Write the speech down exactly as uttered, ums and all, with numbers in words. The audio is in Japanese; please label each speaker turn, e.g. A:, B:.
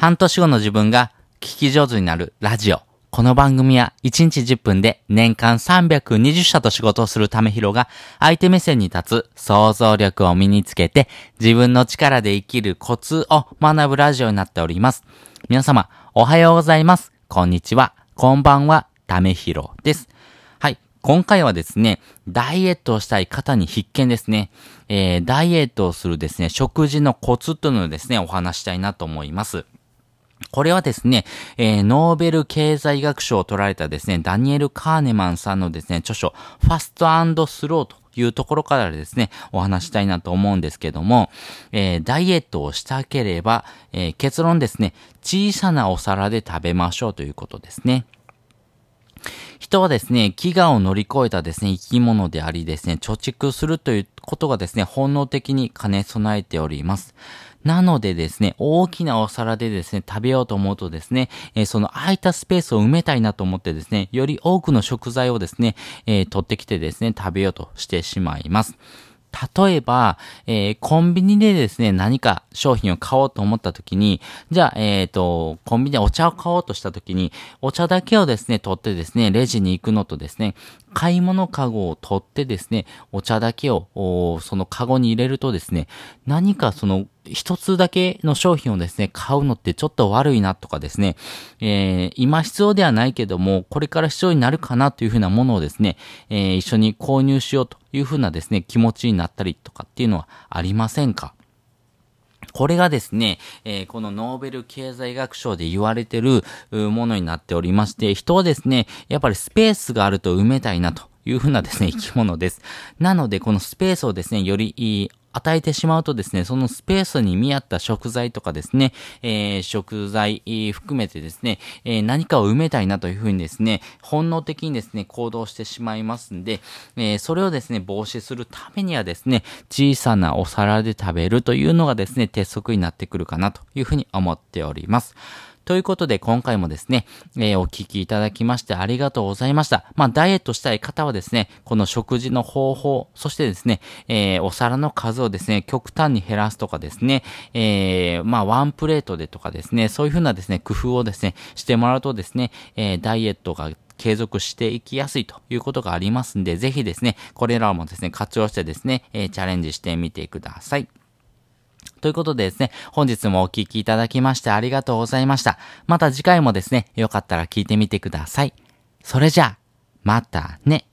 A: 半年後の自分が聞き上手になるラジオ。この番組はいちにちじゅっぷんで年間さんびゃくにじゅっしゃと仕事をするためひろが相手目線に立つ想像力を身につけて自分の力で生きるコツを学ぶラジオになっております。皆様おはようございます。こんにちは。こんばんは。ためひろです。はい。今回はですね、ダイエットをしたい方に必見ですね。えー、ダイエットをするですね、食事のコツというのをですね、お話したいなと思います。これはですね、えー、ノーベル経済学賞を取られたですね、ダニエル・カーネマンさんのですね、著書、ファスト&スローというところからですね、お話したいなと思うんですけども、えー、ダイエットをしたければ、えー、結論ですね、小さなお皿で食べましょうということですね。人はですね、飢餓を乗り越えたですね、生き物でありですね、貯蓄するということがですね、本能的に兼ね備えております。なのでですね、大きなお皿でですね、食べようと思うとですね、えー、その空いたスペースを埋めたいなと思ってですね、より多くの食材をですね、えー、取ってきてですね、食べようとしてしまいます。例えば、えー、コンビニでですね、何か商品を買おうと思った時に、じゃあ、えっと、コンビニでお茶を買おうとした時に、お茶だけをですね、取ってですね、レジに行くのとですね、買い物カゴを取ってですね、お茶だけを、そのカゴに入れるとですね、何かその、一つだけの商品をですね、買うのってちょっと悪いなとかですね、えー、今必要ではないけども、これから必要になるかなというふうなものをですね、えー、一緒に購入しようというふうなですね、気持ちになったりとかっていうのはありませんか？これがですね、えー、このノーベル経済学賞で言われてるものになっておりまして、人はですね、やっぱりスペースがあると埋めたいなというふうなですね、生き物です。なので、このスペースをですね、よりいい与えてしまうとですね、そのスペースに見合った食材とかですね、えー、食材含めてですね、えー、何かを埋めたいなというふうにですね、本能的にですね、行動してしまいますんで、えー、それをですね、防止するためにはですね、小さなお皿で食べるというのがですね、鉄則になってくるかなというふうに思っております。ということで今回もですね、えー、お聞きいただきましてありがとうございました。まあダイエットしたい方はですね、この食事の方法、そしてですね、えー、お皿の数をですね、極端に減らすとかですね、えー、まあワンプレートでとかですね、そういうふうなですね、工夫をですね、してもらうとですね、えー、ダイエットが継続していきやすいということがありますんで、ぜひですね、これらもですね、活用してですね、えー、チャレンジしてみてください。ということでですね、本日もお聞きいただきましてありがとうございました。また次回もですね、よかったら聞いてみてください。それじゃあ、またね。